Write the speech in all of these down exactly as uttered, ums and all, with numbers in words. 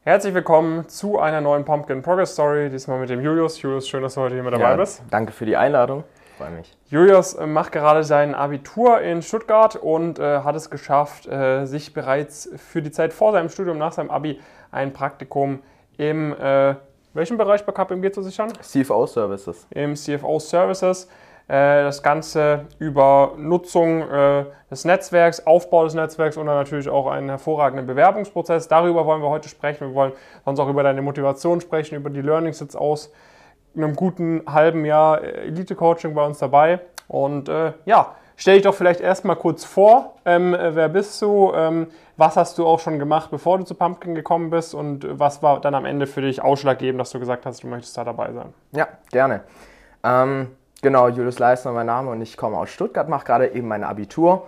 Herzlich willkommen zu einer neuen Pumpkin Progress Story, diesmal mit dem Julius. Julius, schön, dass du heute hier mit dabei ja, bist. Danke für die Einladung, freue mich. Julius äh, macht gerade sein Abitur in Stuttgart und äh, hat es geschafft, äh, sich bereits für die Zeit vor seinem Studium, nach seinem Abi, ein Praktikum im, äh, welchem Bereich bei K P M G zu sichern? C F O Services. Im C F O Services. Das Ganze über Nutzung des Netzwerks, Aufbau des Netzwerks und dann natürlich auch einen hervorragenden Bewerbungsprozess. Darüber wollen wir heute sprechen. Wir wollen sonst auch über deine Motivation sprechen, über die Learnings jetzt aus einem guten halben Jahr Elite-Coaching bei uns dabei. Und äh, ja, stell dich doch vielleicht erstmal kurz vor. Ähm, wer bist du? Ähm, was hast du auch schon gemacht, bevor du zu Pumpkin gekommen bist? Und was war dann am Ende für dich ausschlaggebend, dass du gesagt hast, du möchtest da dabei sein? Ja, gerne. Ähm Genau, Julius Leisner mein Name und ich komme aus Stuttgart, mache gerade eben mein Abitur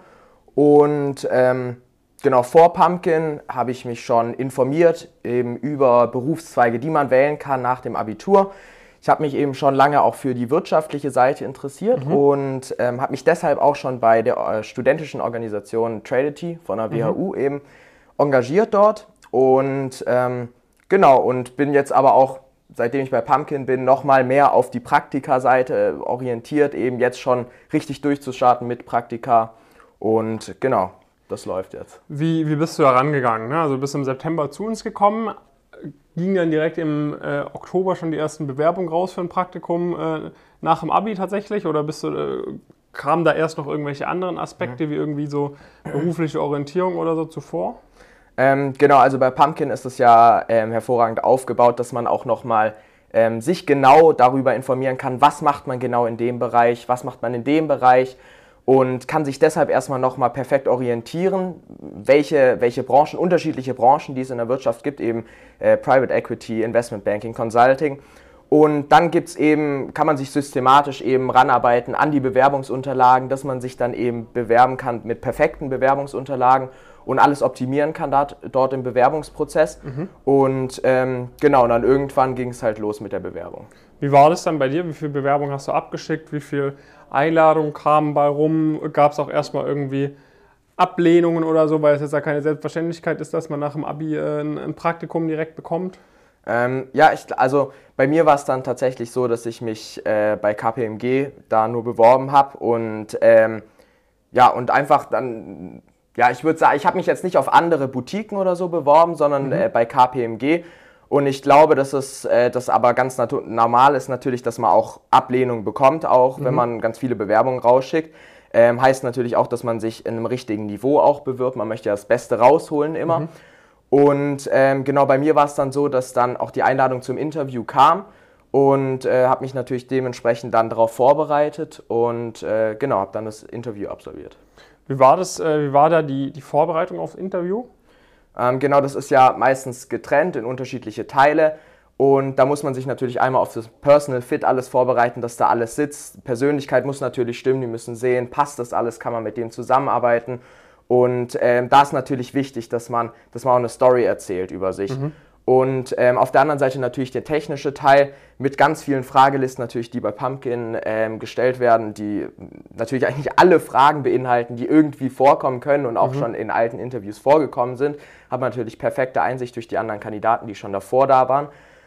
und ähm, genau vor Pumpkin habe ich mich schon informiert eben über Berufszweige, die man wählen kann nach dem Abitur. Ich habe mich eben schon lange auch für die wirtschaftliche Seite interessiert mhm. und ähm, habe mich deshalb auch schon bei der äh, studentischen Organisation Tradety von der W H U mhm. eben engagiert dort und ähm, genau und bin jetzt aber auch seitdem ich bei Pumpkin bin, nochmal mehr auf die Praktika-Seite orientiert, eben jetzt schon richtig durchzustarten mit Praktika und genau, das läuft jetzt. Wie, wie bist du da rangegangen? Ne? Also du bist im September zu uns gekommen, ging dann direkt im äh, Oktober schon die ersten Bewerbungen raus für ein Praktikum äh, nach dem Abi tatsächlich oder bist du, äh, kamen da erst noch irgendwelche anderen Aspekte, mhm. wie irgendwie so berufliche Orientierung oder so zuvor? Ähm, genau, also bei Pumpkin ist es ja ähm, hervorragend aufgebaut, dass man auch nochmal ähm, sich genau darüber informieren kann, was macht man genau in dem Bereich, was macht man in dem Bereich und kann sich deshalb erstmal nochmal perfekt orientieren, welche, welche Branchen, unterschiedliche Branchen, die es in der Wirtschaft gibt, eben äh, Private Equity, Investment Banking, Consulting. Und dann gibt's eben, kann man sich systematisch eben ranarbeiten an die Bewerbungsunterlagen, dass man sich dann eben bewerben kann mit perfekten Bewerbungsunterlagen und alles optimieren kann dort, dort im Bewerbungsprozess. Mhm. Und ähm, genau, und dann irgendwann ging es halt los mit der Bewerbung. Wie war das dann bei dir? Wie viele Bewerbungen hast du abgeschickt? Wie viele Einladungen kamen bei rum? Gab es auch erstmal irgendwie Ablehnungen oder so, weil es jetzt ja keine Selbstverständlichkeit ist, dass man nach dem Abi äh, ein, ein Praktikum direkt bekommt? Ähm, ja, ich, also bei mir war es dann tatsächlich so, dass ich mich äh, bei K P M G da nur beworben habe und ähm, ja, und einfach dann... Ja, ich würde sagen, ich habe mich jetzt nicht auf andere Boutiquen oder so beworben, sondern mhm. äh, bei K P M G. Und ich glaube, dass es äh, das aber ganz natu- normal ist natürlich, dass man auch Ablehnung bekommt, auch mhm. wenn man ganz viele Bewerbungen rausschickt. Ähm, heißt natürlich auch, dass man sich in einem richtigen Niveau auch bewirbt. Man möchte ja das Beste rausholen immer. Mhm. Und ähm, genau bei mir war es dann so, dass dann auch die Einladung zum Interview kam. Und äh, habe mich natürlich dementsprechend dann darauf vorbereitet und äh, genau, habe dann das Interview absolviert. Wie war das, äh, wie war da die, die Vorbereitung aufs Interview? Ähm, genau, das ist ja meistens getrennt in unterschiedliche Teile und da muss man sich natürlich einmal auf das Personal Fit alles vorbereiten, dass da alles sitzt. Persönlichkeit muss natürlich stimmen, die müssen sehen, passt das alles, kann man mit dem zusammenarbeiten und ähm, da ist natürlich wichtig, dass man, dass man auch eine Story erzählt über sich. Mhm. Und ähm, auf der anderen Seite natürlich der technische Teil mit ganz vielen Fragelisten natürlich, die bei Pumpkin ähm, gestellt werden, die natürlich eigentlich alle Fragen beinhalten, die irgendwie vorkommen können und auch mhm. schon in alten Interviews vorgekommen sind. Hat man natürlich perfekte Einsicht durch die anderen Kandidaten, die schon davor da waren.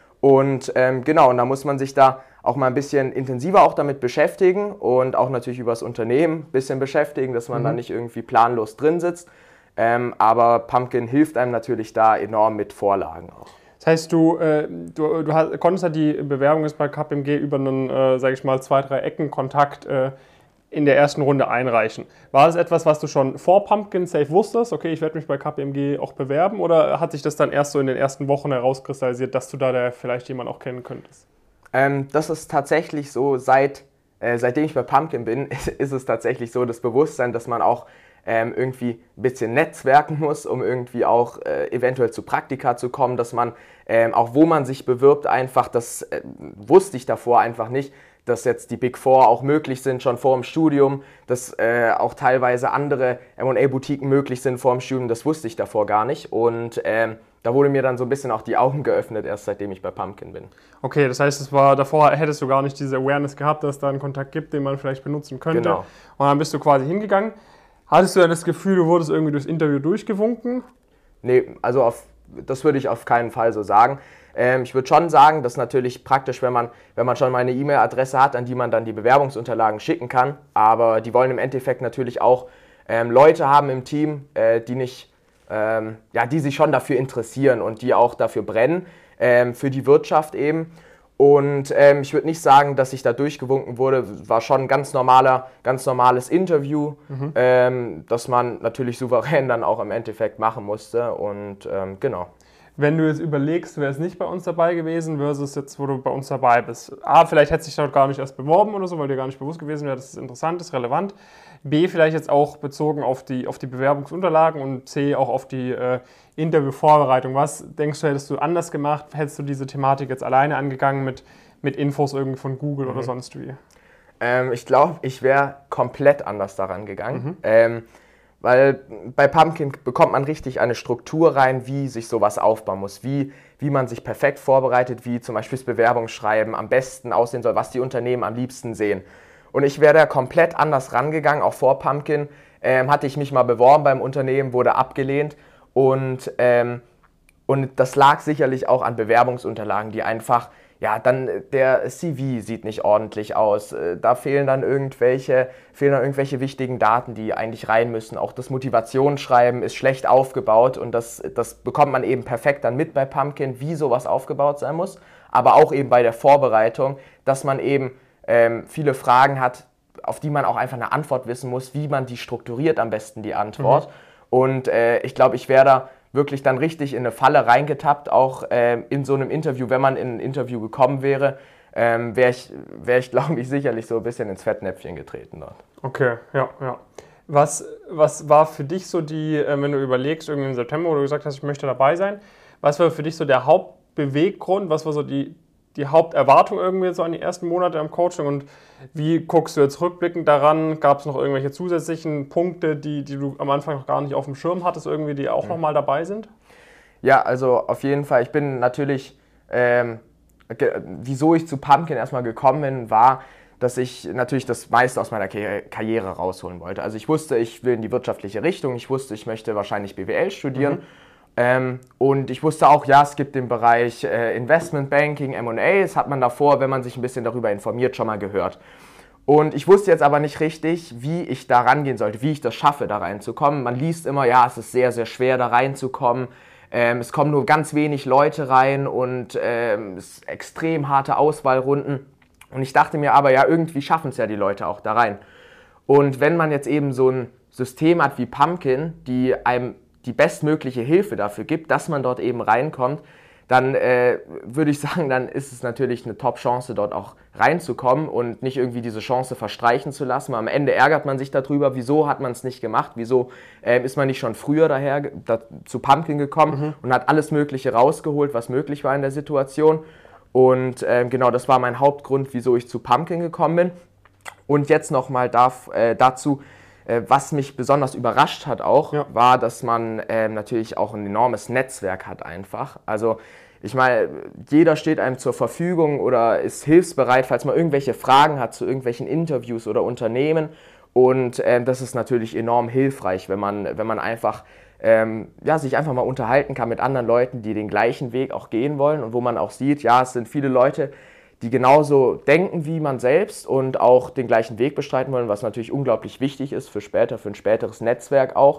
Und ähm, genau, und da muss man sich da auch mal ein bisschen intensiver auch damit beschäftigen und auch natürlich über das Unternehmen ein bisschen beschäftigen, dass man mhm. da nicht irgendwie planlos drin sitzt. Ähm, aber Pumpkin hilft einem natürlich da enorm mit Vorlagen auch. Das heißt, du, äh, du, du hast, konntest ja die Bewerbung jetzt bei K P M G über einen, äh, sage ich mal, zwei, drei Ecken-Kontakt äh, in der ersten Runde einreichen. War das etwas, was du schon vor Pumpkin safe wusstest? Okay, ich werde mich bei K P M G auch bewerben oder hat sich das dann erst so in den ersten Wochen herauskristallisiert, dass du da der vielleicht jemanden auch kennen könntest? Ähm, das ist tatsächlich so, seit, äh, seitdem ich bei Pumpkin bin, ist, ist es tatsächlich so das Bewusstsein, dass man auch Ähm, irgendwie ein bisschen netzwerken muss, um irgendwie auch äh, eventuell zu Praktika zu kommen, dass man ähm, auch wo man sich bewirbt, einfach, das äh, wusste ich davor einfach nicht, dass jetzt die Big Four auch möglich sind, schon vor dem Studium, dass äh, auch teilweise andere M und A-Boutiquen möglich sind vor dem Studium, das wusste ich davor gar nicht und ähm, da wurde mir dann so ein bisschen auch die Augen geöffnet, erst seitdem ich bei Pumpkin bin. Okay, das heißt, es war, davor hättest du gar nicht diese Awareness gehabt, dass es da einen Kontakt gibt, den man vielleicht benutzen könnte. Genau. Und dann bist du quasi hingegangen. Hattest du dann das Gefühl, du wurdest irgendwie durchs Interview durchgewunken? Nee, also auf das würde ich auf keinen Fall so sagen. Ähm, ich würde schon sagen, dass natürlich praktisch, wenn man, wenn man schon mal eine E-Mail-Adresse hat, an die man dann die Bewerbungsunterlagen schicken kann. Aber die wollen im Endeffekt natürlich auch ähm, Leute haben im Team, äh, die nicht, ähm, ja, die sich schon dafür interessieren und die auch dafür brennen, ähm, für die Wirtschaft eben. Und ähm, ich würde nicht sagen, dass ich da durchgewunken wurde. War schon ein ganz normaler, ganz normales Interview, mhm. ähm, das man natürlich souverän dann auch im Endeffekt machen musste. Und ähm, genau. Wenn du jetzt überlegst, wäre es nicht bei uns dabei gewesen versus jetzt, wo du bei uns dabei bist. A, vielleicht hättest du dich dort gar nicht erst beworben oder so, weil dir gar nicht bewusst gewesen wäre, dass es interessant ist, relevant. B, vielleicht jetzt auch bezogen auf die, auf die Bewerbungsunterlagen und C, auch auf die äh, Interviewvorbereitung. Was denkst du, hättest du anders gemacht? Hättest du diese Thematik jetzt alleine angegangen mit, mit Infos irgendwie von Google mhm. oder sonst wie? Ähm, ich glaube, ich wäre komplett anders daran gegangen. Mhm. Ähm, Weil bei Pumpkin bekommt man richtig eine Struktur rein, wie sich sowas aufbauen muss, wie, wie man sich perfekt vorbereitet, wie zum Beispiel das Bewerbungsschreiben am besten aussehen soll, was die Unternehmen am liebsten sehen. Und ich wäre da komplett anders rangegangen, auch vor Pumpkin. Ähm, hatte ich mich mal beworben beim Unternehmen, wurde abgelehnt und, ähm, und das lag sicherlich auch an Bewerbungsunterlagen, die einfach... Ja, dann der C V sieht nicht ordentlich aus. Da fehlen dann irgendwelche, fehlen dann irgendwelche wichtigen Daten, die eigentlich rein müssen. Auch das Motivationsschreiben ist schlecht aufgebaut und das, das bekommt man eben perfekt dann mit bei Pumpkin, wie sowas aufgebaut sein muss. Aber auch eben bei der Vorbereitung, dass man eben ähm, viele Fragen hat, auf die man auch einfach eine Antwort wissen muss, wie man die strukturiert am besten, die Antwort. Mhm. Und äh, ich glaube, ich wäre da wirklich dann richtig in eine Falle reingetappt, auch ähm, in so einem Interview, wenn man in ein Interview gekommen wäre, ähm, wäre ich, wär ich glaube ich, sicherlich so ein bisschen ins Fettnäpfchen getreten dort. Okay, ja, ja. Was, was war für dich so die, äh, wenn du überlegst, irgendwie im September, wo du gesagt hast, ich möchte dabei sein, was war für dich so der Hauptbeweggrund, was war so die, die Haupterwartung irgendwie so an die ersten Monate am Coaching und wie guckst du jetzt rückblickend daran? Gab es noch irgendwelche zusätzlichen Punkte, die, die du am Anfang noch gar nicht auf dem Schirm hattest, irgendwie, die auch mhm. nochmal dabei sind? Ja, also auf jeden Fall. Ich bin natürlich, ähm, ge- wieso ich zu Pumpkin erstmal gekommen bin, war, dass ich natürlich das meiste aus meiner Karriere, Karriere rausholen wollte. Also ich wusste, ich will in die wirtschaftliche Richtung, ich wusste, ich möchte wahrscheinlich B W L studieren. Mhm. Ähm, und ich wusste auch, ja, es gibt den Bereich äh, Investment Banking, M und A, das hat man davor, wenn man sich ein bisschen darüber informiert, schon mal gehört. Und ich wusste jetzt aber nicht richtig, wie ich da rangehen sollte, wie ich das schaffe, da reinzukommen. Man liest immer, ja, es ist sehr, sehr schwer, da reinzukommen. Ähm, es kommen nur ganz wenig Leute rein und ähm, es ist extrem harte Auswahlrunden. Und ich dachte mir aber, ja, irgendwie schaffen es ja die Leute auch da rein. Und wenn man jetzt eben so ein System hat wie Pumpkin, die einem die bestmögliche Hilfe dafür gibt, dass man dort eben reinkommt, dann äh, würde ich sagen, dann ist es natürlich eine Top-Chance, dort auch reinzukommen und nicht irgendwie diese Chance verstreichen zu lassen. Am Ende ärgert man sich darüber, wieso hat man es nicht gemacht, wieso äh, ist man nicht schon früher daher da, zu Pumpkin gekommen mhm. und hat alles Mögliche rausgeholt, was möglich war in der Situation. Und äh, genau, das war mein Hauptgrund, wieso ich zu Pumpkin gekommen bin. Und jetzt nochmal äh, dazu, was mich besonders überrascht hat auch, ja. war, dass man ähm, natürlich auch ein enormes Netzwerk hat einfach. Also ich meine, jeder steht einem zur Verfügung oder ist hilfsbereit, falls man irgendwelche Fragen hat zu irgendwelchen Interviews oder Unternehmen. Und ähm, das ist natürlich enorm hilfreich, wenn man, wenn man einfach ähm, ja, sich einfach mal unterhalten kann mit anderen Leuten, die den gleichen Weg auch gehen wollen und wo man auch sieht, ja, es sind viele Leute, die genauso denken wie man selbst und auch den gleichen Weg bestreiten wollen, was natürlich unglaublich wichtig ist für später, für ein späteres Netzwerk auch.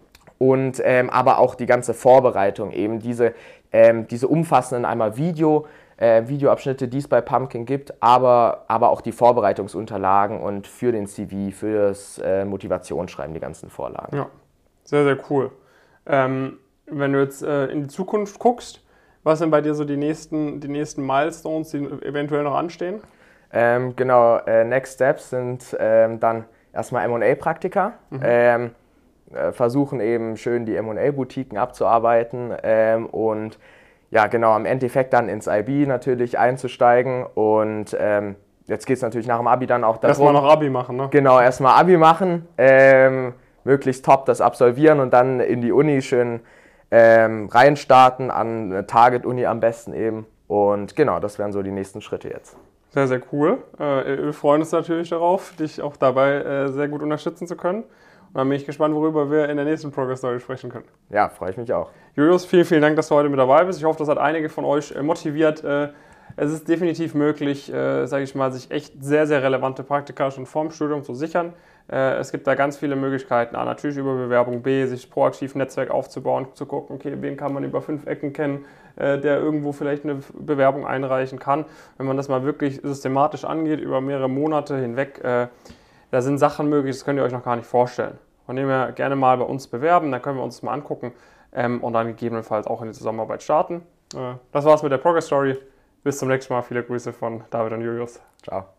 Und ähm, aber auch die ganze Vorbereitung, eben diese, ähm, diese umfassenden einmal Video, äh, Videoabschnitte, die es bei Pumpkin gibt, aber, aber auch die Vorbereitungsunterlagen und für den C V, für das äh, Motivationsschreiben, die ganzen Vorlagen. Ja, sehr, sehr cool. Ähm, wenn du jetzt äh, in die Zukunft guckst, was sind bei dir so die nächsten, die nächsten Milestones, die eventuell noch anstehen? Ähm, genau, äh, Next Steps sind ähm, dann erstmal M und A-Praktika. Mhm. Ähm, äh, versuchen eben schön die M und A-Boutiquen abzuarbeiten ähm, und ja, genau, im Endeffekt dann ins I B natürlich einzusteigen. Und ähm, jetzt geht es natürlich nach dem Abi dann auch darum... Erstmal noch Abi machen, ne? Genau, erstmal Abi machen, ähm, möglichst top das absolvieren und dann in die Uni schön... Ähm, reinstarten, an eine Target-Uni am besten eben. Und genau, das wären so die nächsten Schritte jetzt. Sehr, sehr cool. Äh, wir freuen uns natürlich darauf, dich auch dabei äh, sehr gut unterstützen zu können. Und dann bin ich gespannt, worüber wir in der nächsten Progress Story sprechen können. Ja, freue ich mich auch. Julius, vielen, vielen Dank, dass du heute mit dabei bist. Ich hoffe, das hat einige von euch motiviert. Es ist definitiv möglich, sage ich mal, sich echt sehr, sehr relevante Praktika schon vorm Studium zu sichern. Es gibt da ganz viele Möglichkeiten. A, natürlich über Bewerbung, B, sich proaktiv ein Netzwerk aufzubauen, zu gucken, okay, wen kann man über fünf Ecken kennen, der irgendwo vielleicht eine Bewerbung einreichen kann. Wenn man das mal wirklich systematisch angeht, über mehrere Monate hinweg, da sind Sachen möglich, das könnt ihr euch noch gar nicht vorstellen. Von dem her gerne mal bei uns bewerben, dann können wir uns das mal angucken und dann gegebenenfalls auch in die Zusammenarbeit starten. Das war's mit der Progress Story. Bis zum nächsten Mal. Viele Grüße von David und Julius. Ciao.